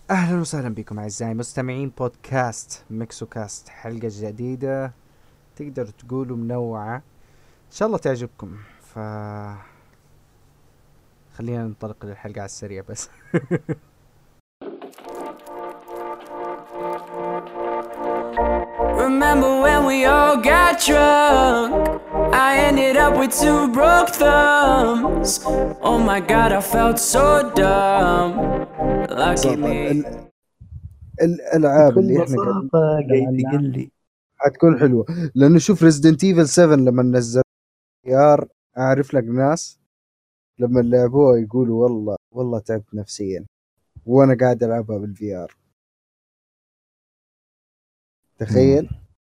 اهلا وسهلا بكم اعزائي مستمعين بودكاست ميكسوكاست، حلقة جديدة تقدروا تقولوا منوعة ان شاء الله تعجبكم. خلينا ننطلق للحلقة على السريع بس. Remember when we all got drunk? I ended up with two broke thumbs. Oh my god, I felt so dumb. Lucky ببساطة me. الالعاب بكل اللي احنا قاعدين بساطة نتكلم قاعد عنها تقول لي حتكون حلوة، لانه شوف ريزدنت ايفل 7 لما نزل ار، اعرف لك ناس لما لعبوها يقولوا والله تعبت نفسيا وانا قاعد العبها بالفي ار. تخيل.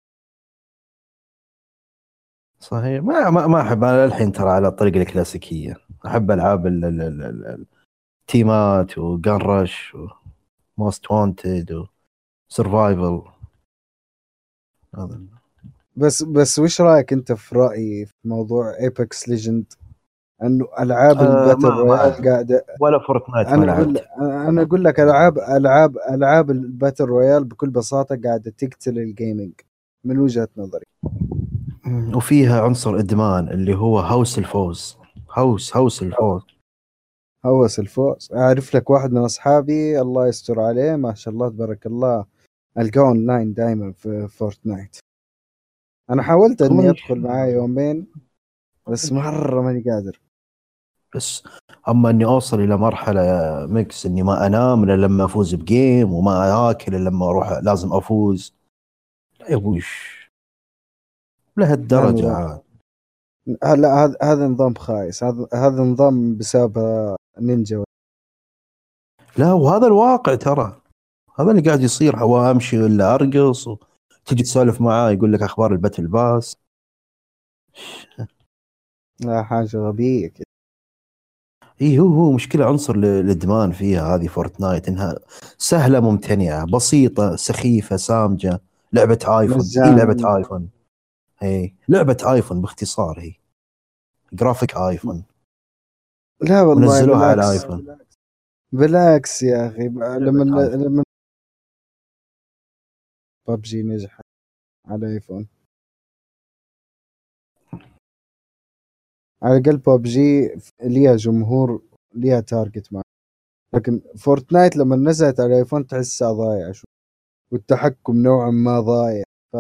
صحيح. ما احب انا الحين ترى على الطريقة الكلاسيكية. احب العاب التيمات وجان رش وموست وانتد وسرفايفل. هذا بس وش رايك انت في رايي في موضوع ايبكس ليجند، انه العاب الباتل ما رويال قاعده. ولا فورتنايت ما لعبت. انا اقول لك العاب الباتل رويال بكل بساطه قاعده تقتل الجيمنج من وجهه نظري. وفيها عنصر ادمان اللي هو هوس الفوز. هوس الفوز. هوس الفوز. اعرف لك واحد من اصحابي الله يستر عليه ما شاء الله تبارك الله، القاه اونلاين دائما في فورتنايت. انا حاولت اني ادخل معاه يومين بس مره ماني قادر. بس اما اني اوصل الى مرحله ميكس اني ما انام الا لما افوز بجيم وما اكل الا لما اروح لازم افوز. لا يا وش لهالدرجه هذا عاد. لا، هذا نظام خايس. هذا نظام بسبب نينجا. لا وهذا الواقع ترى. هذا اللي قاعد يصير. هو امشي ولا ارقص وتجي تسولف معاه يقول لك اخبار الباتل باس. لا، حاجه غبيه كده. اي هو مشكله عنصر الادمان فيها هذه فورتنايت، انها سهله ممتنعه بسيطه سخيفه سامجه. لعبه ايفون، هي مجانا. لعبه ايفون. هي لعبه ايفون باختصار. هي جرافيك ايفون لا والله ونزلوها على بالعكس. الايفون. بالعكس يا اخي، لعبه ايفون. لما ببجي نجحت على ايفون، على الاقل ببجي ليها جمهور، ليها تارجت معه. لكن فورتنايت لما نزلت على ايفون تحسها ضايعه شوي، والتحكم نوعا ما ضايع.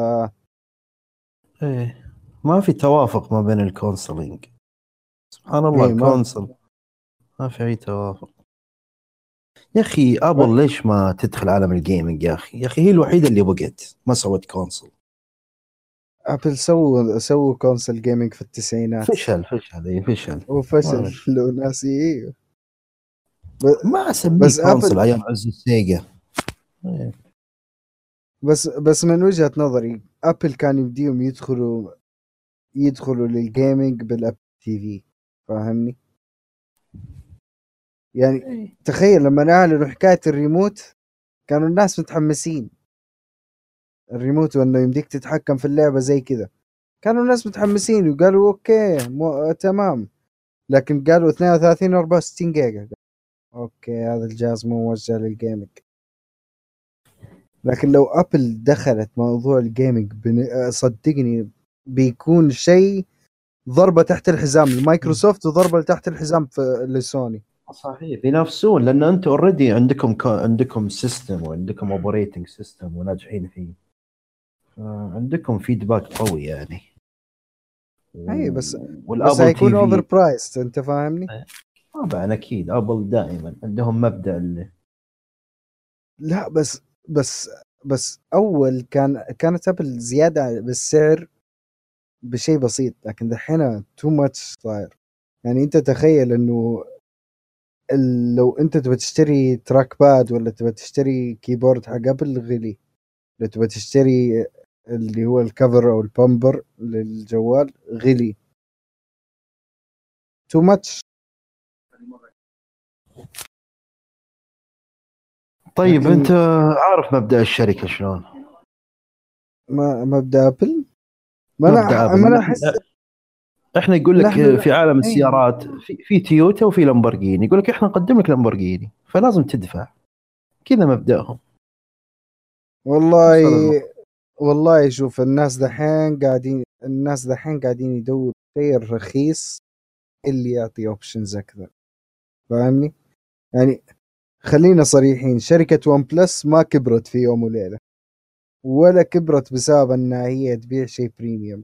ايه ما في توافق ما بين الكونسولينج. سبحان الله اي ما الكونسول ما في اي توافق. يا اخي ابل ليش ما تدخل عالم الجيمنج؟ يا اخي هي الوحيده اللي بقت ما سوت كونسول. ابل سووا كونسول جيمنج في التسعينات فشل. وفشل. ما لو ناسي إيه. ما اسميه بس كونسول ابل، ايام عز السيجا. إيه. بس من وجهة نظري ابل كان يبديهم يدخلوا للجيمنج بالاب تي في. فاهمني؟ يعني تخيل لما اعلنوا حكاية الريموت كانوا الناس متحمسين. الريموت وانه يمديك تتحكم في اللعبة زي كذا، كانوا الناس متحمسين وقالوا اوكي تمام. لكن قالوا 32 و 64 جيجا، اوكي هذا الجهاز مو موجه للجيمنج. لكن لو ابل دخلت موضوع الجيمنج صدقني بيكون شيء ضربة تحت الحزام لمايكروسوفت وضربة تحت الحزام لسوني. صحيح بينافسون لان انتم اوريدي عندكم سيستم وعندكم اوبريتنج سيستم وناجحين فيه. عندكم فيدباك قوي يعني. اي بس والابل تي هيكون اوفر في برايس، انت فاهمني؟ طبعا اكيد ابل دائما عندهم مبدأ اللي لا بس اول كانت ابل زيادة بالسعر بشيء بسيط، لكن دحين تو ماتش صاير. يعني انت تخيل انه لو انت تبغى تشتري تراك باد ولا تبغى تشتري كيبورد حق ابل غلي، لو تبغى تشتري اللي هو الكفر او البامبر للجوال غلي. تو ماتش. طيب لكن انت عارف مبدأ الشركة شلون؟ ما مبدا ابل، مبدأ ابل ما انا ان احس احنا يقول لك نحن. في عالم ايه السيارات في تويوتا وفي لامبورجيني. يقول لك احنا نقدم لك لامبورجيني فلازم تدفع. كذا مبدأهم. والله وصل والله شوف الناس دحين قاعدين يدوروا خير رخيص اللي يعطي اوبشنز اكثر، فاهمني؟ يعني خلينا صريحين، شركة ون بلس ما كبرت في يوم وليلة، ولا كبرت بسبب انها هي تبيع شيء بريميوم.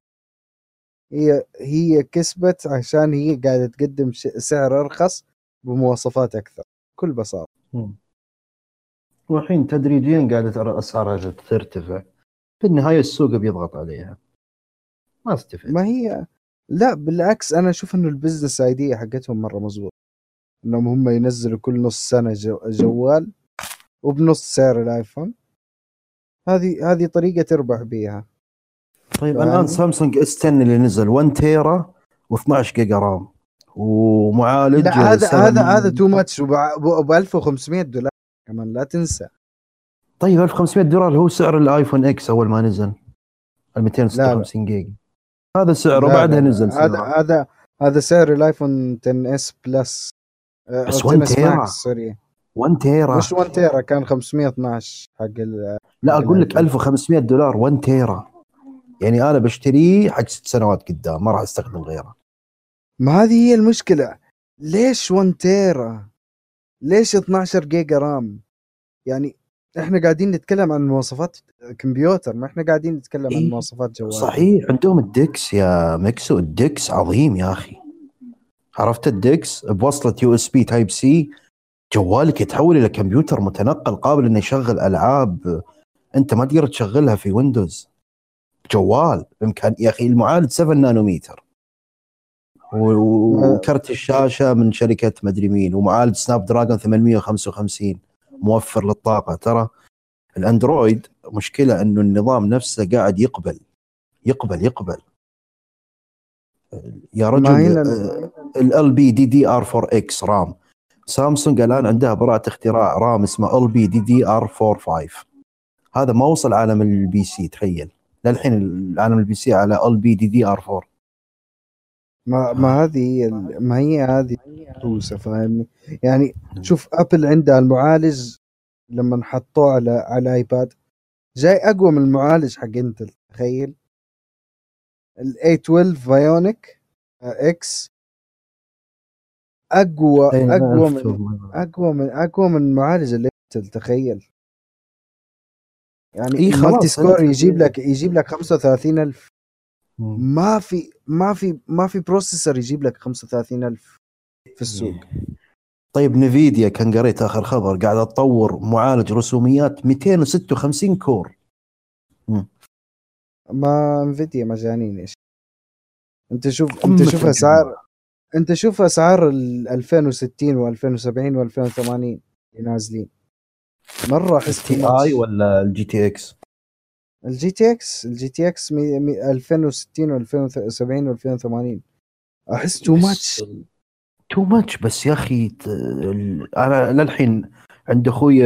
هي كسبت عشان هي قاعدة تقدم سعر ارخص بمواصفات اكثر بكل بساطة. والحين تدريجيا قاعدة ترى أسعارها ترتفع، في النهاية السوق بيضغط عليها، ما استفدت. ما هي لا بالعكس، انا اشوف انه البزنس ايديا حقتهم مرة مزبوط، انهم هم ينزلوا كل نص سنة جوال وبنص سعر الايفون. هذه طريقة تربح بيها. طيب الآن فاهمني؟ سامسونج اس 10 اللي نزل 1 تيرا و12 جيجا رام ومعالج لا هذا 7. تو ماتش، وب 1500 دولار كمان لا تنسى. طيب $1500 هو سعر الايفون اكس اول ما نزل، ال لا لا 256 جيجا هذا سعره، لا بعدها لا, نزل لا. هذا سعره. هذا سعر الايفون 10 اس بلس، او بس 1 10 اس ماكس تيرا، سوري. 1 تيرا. مش 1 تيرا، كان 512 لا حق اقول لك الايفون. $1500 1 تيرا، يعني انا بشتريه حق 6 سنوات قدام، ما راح استخدم غيره. ما هذه هي المشكلة، ليش 1 تيرا؟ ليش 12 جيجا رام؟ يعني احنا قاعدين نتكلم عن مواصفات كمبيوتر، ما احنا قاعدين نتكلم عن إيه مواصفات جوال. صحيح، عندهم الدكس يا مكسو، الدكس عظيم يا اخي. عرفت الدكس بوصلة يو اس بي تايب سي، جوالك يتحول الى كمبيوتر متنقل قابل انه يشغل العاب انت ما تقدر تشغلها في ويندوز. جوال بامكان يا اخي، المعالج 7 نانومتر وكرت الشاشه من شركه مدري مين، ومعالج سناب دراجون 855 موفر للطاقه. ترى الاندرويد مشكله انه النظام نفسه قاعد يقبل يا ما رجل. هنا ال بي دي دي ار 4 اكس رام، سامسونج الان عندها براءه اختراع رام اسمه ال بي دي دي ار 4 5. هذا ما وصل عالم البي سي، تخيل للحين العالم البي سي على ال بي دي دي ار 4. ما هذه ما هي هذه روسة، فاهمني؟ يعني شوف ابل عندها المعالج لما حطوه على الايباد جاي اقوى من المعالج حق انتل، تخيل. ال A12 فايونيك اكس اقوى اي اقوى عرفت من والله. اقوى من معالج الانتل، تخيل. يعني اي المالتي خلاص سكور انت يجيب لك 35,000. ما في بروسيسور يجيب لك 35,000 في السوق. طيب نفيديا كان قريت اخر خبر قاعده تطور معالج رسوميات 256 كور. ما انفيديا مجانين ايش. انت قمه اسعار، الجمال. انت شوف اسعار ال 2060 و2070 و2080 اللي نازلين، مره احس تو التي اي ماتش. ولا الجي تي اكس؟ الجي تي اكس 2060 و2070 و2080 احس تو بس ماتش. تو ماتش بس يا اخي انا للحين عند اخوي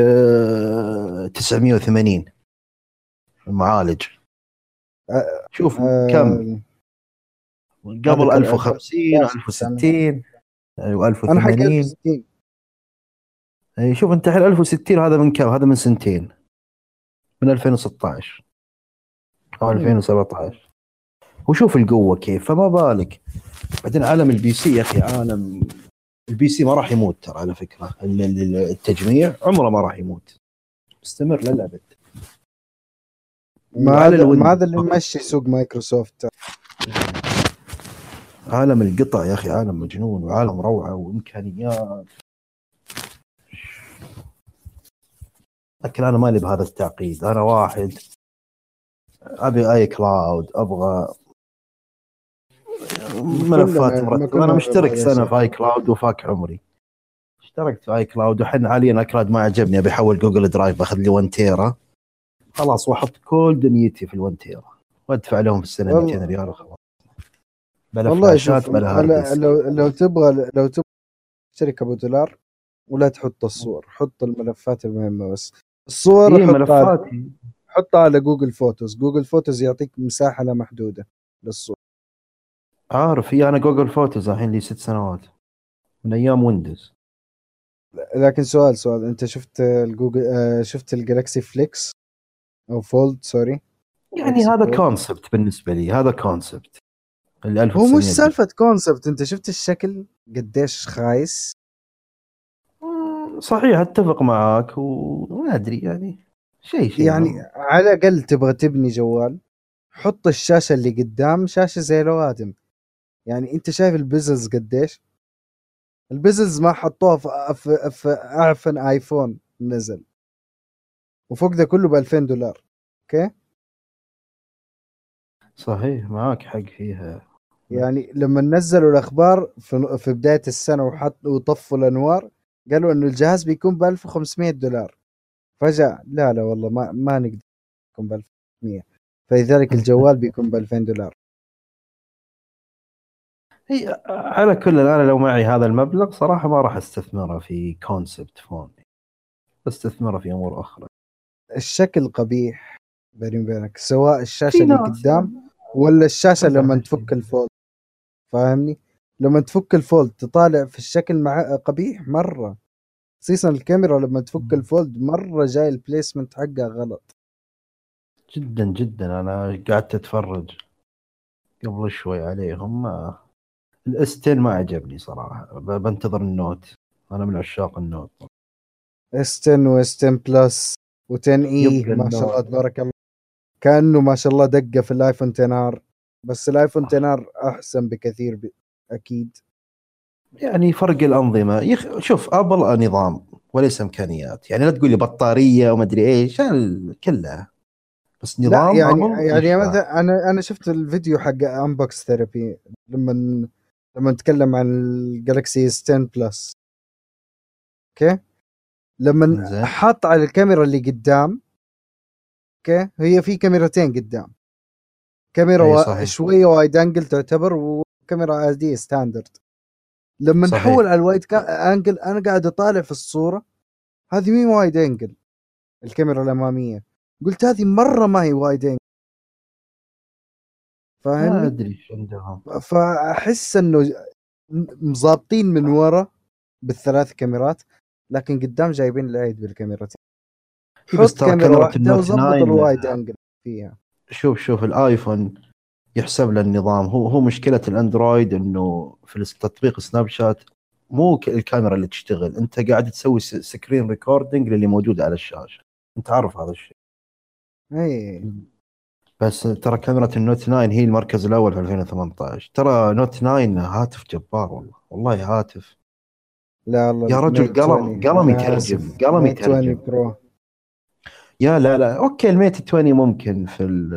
980 المعالج. شوف كم هذا قبل 1050 و1060 انا حق و1080. 1060. شوف انت الحين 1060 هذا من كم؟ هذا من سنتين، من 2016 او 2017. وشوف القوه كيف، فما بالك بعدين عالم البي سي يا اخي. عالم البي سي ما راح يموت ترى، على فكره التجميع عمره ما راح يموت، مستمر للابد. وعلى ما الويندوز هذا اللي ممشي سوق مايكروسوفت. عالم القطع يا اخي عالم مجنون وعالم روعه وامكانيات. لكن انا مالي بهذا التعقيد، انا واحد ابي اي كلاود، ابغى ملفات مرتبه. انا مشترك سنه في اي كلاود وفاك عمري. اشتركت في اي كلاود وحين حاليا اي كلاود ما عجبني، ابي احول جوجل درايف باخذ لي 1 تيرا خلاص، واحط كل دنيتي في ال1 تيرا وادفع لهم في السنه 200 ريال وخلاص، بلا والله فلاشات شوف، بلا هارد ديسك. لو تبغى تشترك ابو دولار ولا تحط الصور، حط الملفات المهمه بس. الصور ايه ملفاتي حطها على جوجل فوتوز. جوجل فوتوز يعطيك مساحه لا محدوده للصور. عارف. انا جوجل فوتوز الحين لي 6 سنوات من ايام ويندوز. لكن سؤال انت شفت الجوجل شفت الجالكسي فليكس او فولد سوري يعني جالكسي هذا فولد. كونسبت بالنسبه لي، هذا كونسبت ال هو مش 1900 درهم. سالفة كونسبت، انت شفت الشكل قديش خايس. صحيح اتفق معاك، وما ادري يعني شيء يعني على الاقل تبغى تبني جوال، حط الشاشة اللي قدام شاشة زي الأوادم. يعني انت شايف البزلز قديش؟ البزلز ما حطوها في اعفن ايفون نزل، وفوق ده كله ب$2000. اوكي، صحيح معاك حق فيها. يعني لما نزلوا الاخبار في بداية السنة وطفوا الانوار، قالوا انه الجهاز بيكون ب$1500. فجأة لا والله ما نقدر يكون ب$1500، فلذلك الجوال بيكون ب$2000. هي على كل، انا لو معي هذا المبلغ صراحه ما راح استثمره في كونسبت فون، بستثمره في امور اخرى. الشكل قبيح بيني وبينك، سواء الشاشة في اللي ناس قدام ولا الشاشة كلها لما ماشية. تفك الفولد. فاهمني؟ لما تفك الفولد تطالع في الشكل مع قبيح مرة، خصيصا الكاميرا لما تفك الفولد مرة جاي البليسمنت حقها غلط. جدا جدا، انا قعدت اتفرج قبل شوي عليهم، ما الاستين ما عجبني صراحه، بنتظر النوت، انا من عشاق النوت. S10 و10 بلس و10 اي يبقى ما شاء الله النوت تبارك الله، كأنه ما شاء الله دقة في الايفون 10 ار. بس الايفون 10 ار احسن بكثير اكيد. يعني فرق الانظمه شوف ابل نظام وليس امكانيات، يعني لا تقول لي بطاريه وما ادري ايش كلها، بس لا نظام يعني ابل يعني يشفع. مثلا انا شفت الفيديو حق انبوكس ثيرابي لما نتكلم عن الجالكسي اس 10 بلس. اوكي، لما زين. حاط على الكاميرا اللي قدام، اوكي هي في كاميرتين قدام، كاميرا اي صحيح. شويه وايد انجل تعتبر، وكاميرا عاديه ستاندرد. لما صحيح. نحول على الوايد انجل انا قاعد اطالع في الصوره، هذه مين وايد انجل الكاميرا الاماميه، قلت هذه مره ما هي وايد انجل. ما فاهمني؟ ادري ايش عندهم. فاحس انه مظابطين من ورا بالثلاث كاميرات، لكن قدام جايبين العيد بالكاميرتين. هي بس حط ترى كاميرا كاميرا واحده النوت وظبط 9، الوايد انجل فيها. شوف الايفون يحسب له النظام، هو مشكله الاندرويد انه في تطبيق سناب شات مو الكاميرا اللي تشتغل، انت قاعد تسوي سكرين ريكوردنج للي موجود على الشاشه، انت عارف هذا الشيء. اي بس ترى كاميرا النوت 9 هي المركز الاول في 2018، ترى نوت 9 هاتف جبار، والله هاتف. لا والله يا رجل الميت قلم 20 قلم انا يترجم، اسف، قلم ميت 20 يترجم. برو. يا لا اوكي، الميت 20 ممكن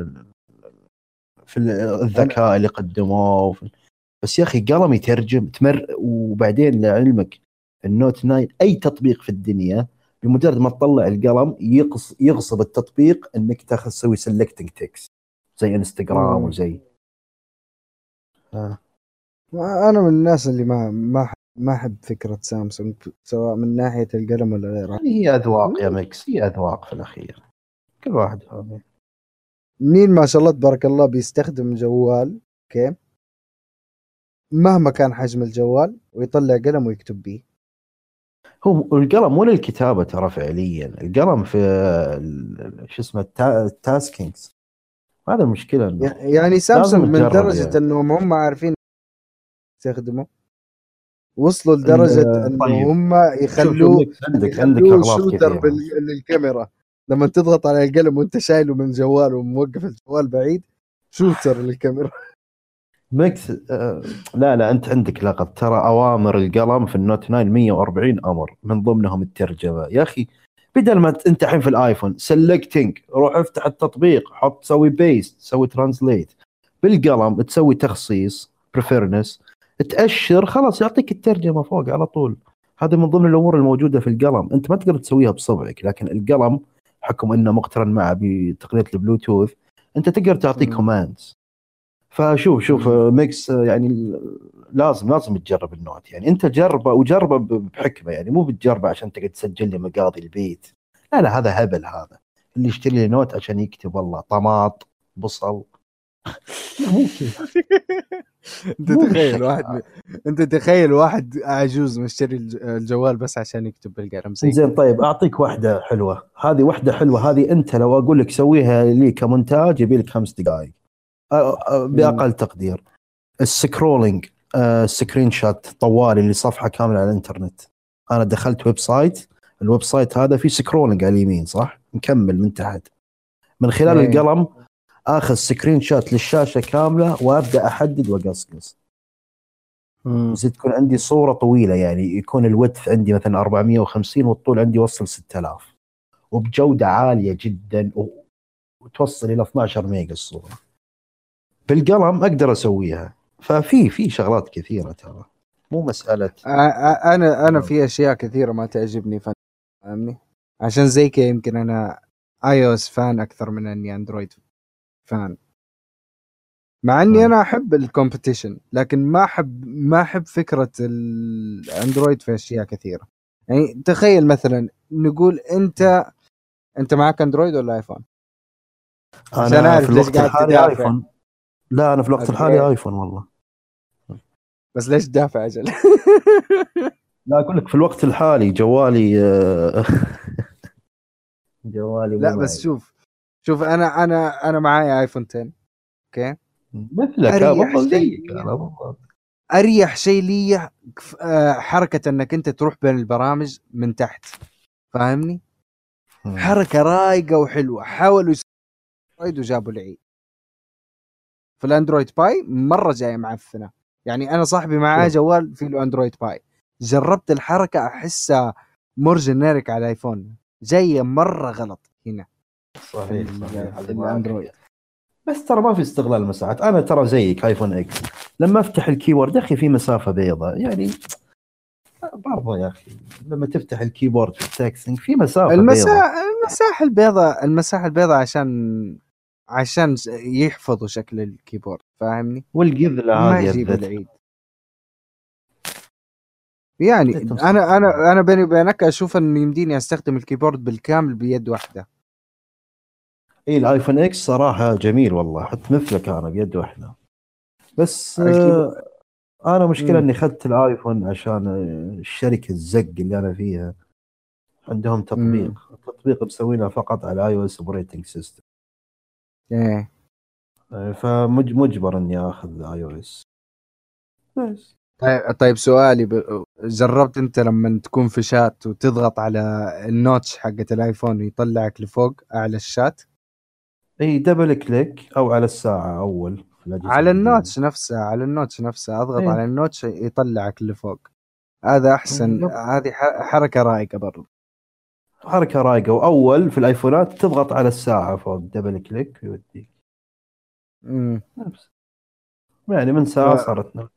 في انا الذكاء اللي قدموه بس يا اخي قلم يترجم وبعدين لعلمك النوت 9 اي تطبيق في الدنيا بمجرد ما تطلع القلم يغصب التطبيق انك تسوي سيلكتنج تكست زي انستغرام مم. وزي آه. انا من الناس اللي ما احب فكره سامسونج، سواء من ناحيه القلم ولا غيرها. يعني هي اذواق يا ميكس، هي اذواق في الاخير، كل واحد فاهم. مين ما شاء الله تبارك الله بيستخدم جوال، اوكي، مهما كان حجم الجوال ويطلع قلم ويكتب بيه. هو القلم مو للكتابه ترى، فعليا القلم في شو اسمه التاسكينجز، هذا المشكله انه يعني لازم سامسونج من تجرب درجه يعني. انهم هم عارفين يستخدموا، وصلوا لدرجه انه طيب هم شوف يخلوه ميكس، عندك اغلاط شوتر كثيره. للكاميرا. لما تضغط على القلم وانت شايله من جوال وموقف الجوال بعيد، شوتر للكاميرا. ميكس لا انت عندك لغط، ترى اوامر القلم في النوت 9 140 امر من ضمنهم الترجمه يا اخي. بدل ما انت الحين في الايفون سلكتنج، روح افتح التطبيق، حط سوي بيست، سوي ترانسليت، بالقلم تسوي تخصيص بريفيرنس، تاشر خلاص يعطيك الترجمه فوق على طول. هذا من ضمن الامور الموجوده في القلم، انت ما تقدر تسويها بصبعك، لكن القلم حكم انه مقترن معه بتقنيه البلوتوث، انت تقدر تعطيه كوماندز. فشوف ميكس يعني لازم تجرب النوت، يعني انت جربه وجربه بحكمه، يعني مو بتجربه عشان تقعد تسجل لي مقاضي البيت، لا هذا هبل، هذا اللي يشتري لي نوت عشان يكتب والله طماط بصل مو كذا. انت مو تخيل بالشكل واحد انت تخيل واحد عجوز مشتري الجوال بس عشان يكتب بالقلم زي زين طيب اعطيك واحده حلوه، هذه واحده حلوه، هذه انت لو اقول لك سويها لي كمونتاج يبي لك 5 دقائق باقل تقدير. السكرولينج سكرين شوت طوالي لصفحه كامله على الانترنت. انا دخلت ويب سايت، الويب سايت هذا فيه سكرولينج على اليمين صح، مكمل من تحت، من خلال إيه. القلم اخذ سكرين شوت للشاشه كامله وابدا احدد واقصقص. زي تكون عندي صوره طويله، يعني يكون الويدث عندي مثلا 450 والطول عندي يوصل 6000 وبجوده عاليه جدا وتوصل الى 12 ميجا الصوره. بالقلم اقدر اسويها. ففي شغلات كثيره ترى، مو مساله. انا في اشياء كثيره ما تعجبني، فاهمني؟ عشان زي كذا يمكن انا اي او اس فان اكثر من اني اندرويد فان، مع اني انا احب الكومبيتيشن، لكن ما احب فكره الاندرويد في اشياء كثيره. يعني تخيل مثلا نقول انت معك اندرويد ولا ايفون؟ عشان انا اعرف في ليش الوقت قاعد الحالي تدافع. ايفون. لا انا في الوقت الحالي اوكي، ايفون والله. بس ليش تدافع اجل؟ لا اقول لك في الوقت الحالي جوالي جوالي مو لا بس معي. شوف انا معايا ايفون 10. اوكي، مثلك اريح بالضبط شيء زيك لي انا بالضبط. اريح شيء لي حركه انك انت تروح بين البرامج من تحت، فاهمني؟ حركه رايقه وحلوه. حاولوا يسووا وجابوا العيد. في الاندرويد باي مره جايه معفنه. يعني انا صاحبي معاه شوف جوال في له اندرويد باي، جربت الحركه احسها مور جينيريك على الايفون، جايه مره غلط هنا صحيح في هذه معك الاندرويد. فيها. بس ترى ما في استغلال مساحات. انا ترى زيك ايفون اكس لما افتح الكيبورد اخي في مسافه بيضاء يعني، برضه يا اخي لما تفتح الكيبورد في التكستنج في مسافه بيضاء. المساحه البيضاء عشان يحفظوا شكل الكيبورد، فاهمني؟ والقذله ما هذه يجيبوا الذات. العيد. يعني انا بيني وبينك اشوف ان يمديني استخدم الكيبورد بالكامل بيد واحده. اي الايفون اكس صراحه جميل والله، حط مثلك انا بيد واحده. بس الكيبورد انا مشكله اني اخذت الايفون عشان الشركه الزق اللي انا فيها عندهم تطبيق مسوينه فقط على اي او اس اوبريتنج سيستم. ايه. فمجبر اني اخذ اي او اس بس. طيب سؤالي جربت انت لما تكون في شات وتضغط على النوتش حقت الايفون ويطلعك لفوق اعلى الشات؟ اي دبل كليك او على الساعه اول في الاجهزه على القديمه. النوتش نفسها اضغط اي على النوتش يطلعك لفوق. هذا احسن، هذه حركه رايقه برضو. حركه رايقه. واول في الايفونات تضغط على الساعه فوق دبل كليك يوديك نفس، يعني من ساعه صارت نفس.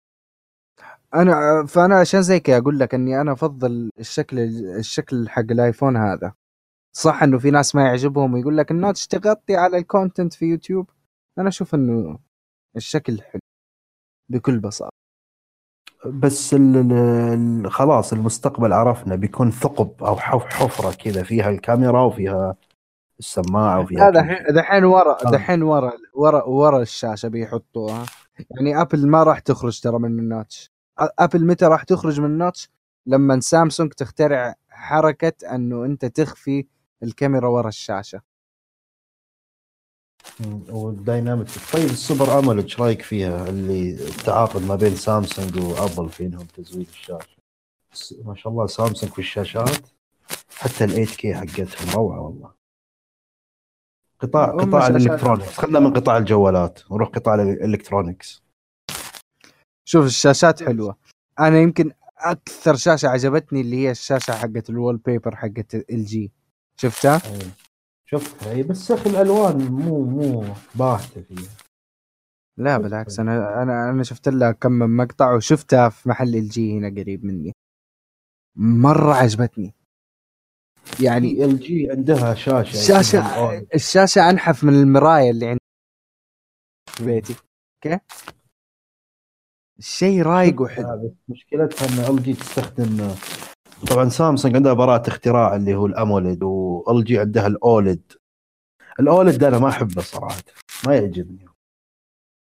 فانا عشان زي كذا اقول لك اني انا افضل الشكل حق الايفون هذا. صح انه في ناس ما يعجبهم ويقول لك النوتش تغطي على الكونتنت في يوتيوب، انا اشوف انه الشكل حلو بكل بساطه. بس خلاص المستقبل عرفنا بيكون ثقب او حفره كذا فيها الكاميرا وفيها السماعه وفيها لا كل شيء. دحين ورا الشاشه بيحطوها. يعني ابل ما راح تخرج ترى من النوتش. ابل متى راح تخرج من النوتش؟ لما سامسونج تخترع حركه انه انت تخفي الكاميرا ورا الشاشه. والدايناميك. طيب السوبر اموليد ايش رايك فيها، اللي التعاقد ما بين سامسونج وابل في انهم تزويد الشاشه؟ ما شاء الله سامسونج في الشاشات حتى ال 8K حقتهم روعه والله. هم قطاع شاشات. الالكترونيكس، خلنا من قطاع الجوالات ونروح قطاع الالكترونيكس. شوف الشاشات حلوه. انا يمكن اكثر شاشه عجبتني اللي هي الشاشه حقت الوول بيبر حقت ال جي، شفتها؟ شفتها اي، بس يا اخي الالوان مو باهته فيها. لا بالعكس، انا شفت لها كم من مقطع وشفتها في محل ال جي هنا قريب مني، مره عجبتني. يعني ال جي عندها شاشه الشاشه انحف من المرايه اللي عندي في بيتي. اوكي، الشيء رايق وحلو. مشكلتها ان ال جي تستخدم، طبعا سامسونج عندها براءة اختراع اللي هو الاموليد، وال جي عندها الاوليد. الاوليد ده انا ما احبه صراحه، ما يعجبني.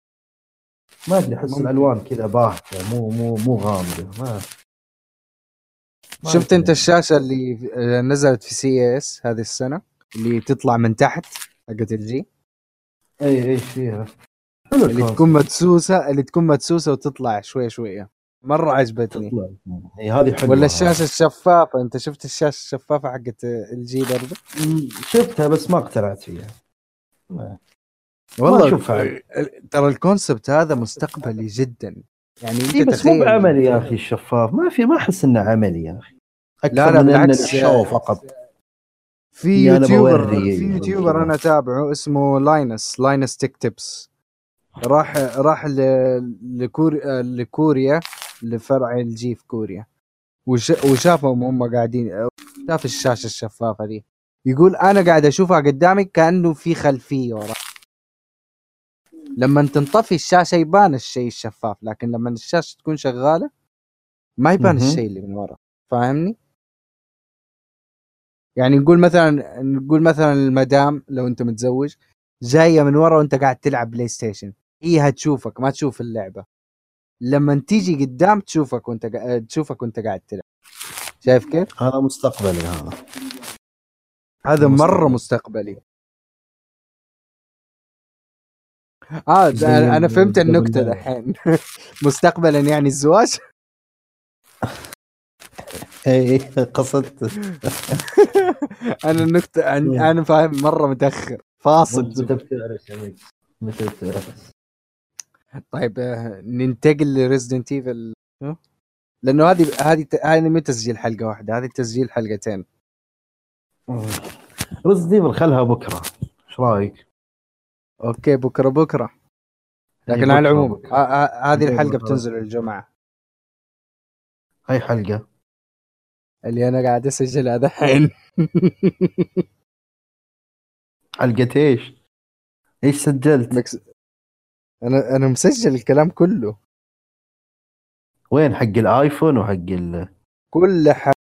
ما ادري احس ممكن. الالوان كذا باهته مو غامقه ما شفت أدري. انت الشاشة اللي نزلت في CES هذه السنة اللي تطلع من تحت حقت الجي، اي ايش فيها؟ حلو اللي تكون مدسوسة وتطلع شوية مرة عجبتني. تطلع. اي هذه حلوه. ولا الشاشة الشفافة، انت شفت الشاشة الشفافة حقت الجي برضه؟ شفتها بس ما اقتنعت فيها. والله أشوفها. ترى الكونسبت هذا مستقبلي جدا. يعني انت اي بس مو تخيل. بعملي يا اخي الشفاف، ما احس انه عملي يا اخي، اكثر لا من انه بالعكس، للشو فقط. في إني أنا يوتيوبر بوري في زي يوتيوبر كذا. انا تابعه اسمه لاينس تيك تيبس. راح لكوريا، لفرع الجي في كوريا، وشافهم هم قاعدين، شاف الشاشة الشفافة دي، يقول انا قاعد اشوفها قدامي كأنه في خلفية ورا. لما تنطفي الشاشة يبان الشيء الشفاف، لكن لما الشاشة تكون شغالة ما يبان الشيء اللي من ورا. فاهمني؟ يعني نقول مثلا المدام لو انت متزوج جاية من ورا وانت قاعد تلعب بلاي ستيشن، هي هتشوفك ما تشوف اللعبة. لما تيجي قدام تشوفك وانت قاعد تلعب. شايف كيف؟ هذا مستقبلي هذا. هذا مرة مستقبل. مستقبلي. زي انا فهمت النكتة الدبل. دحين. مستقبلا يعني الزواج. اي قصدت. انا النكتة انا فاهم مرة متأخر فاصل. متى بتعرف يا ميكس؟ متى بتعرف؟ طيب ننتقل لريزدنت ايفل، لانه هذه مو تسجيل حلقة واحدة، هذه تسجيل حلقتين. ريزدنت خلها بكره، ايش رايك؟ اوكي بكرة. لكن بكرة على العموم بكرة. هذه الحلقة بتنزل الجمعة. هاي حلقة اللي انا قاعد اسجلها دحين. حلقة ايش سجلت؟ انا مسجل الكلام كله، وين حق الايفون وحق كل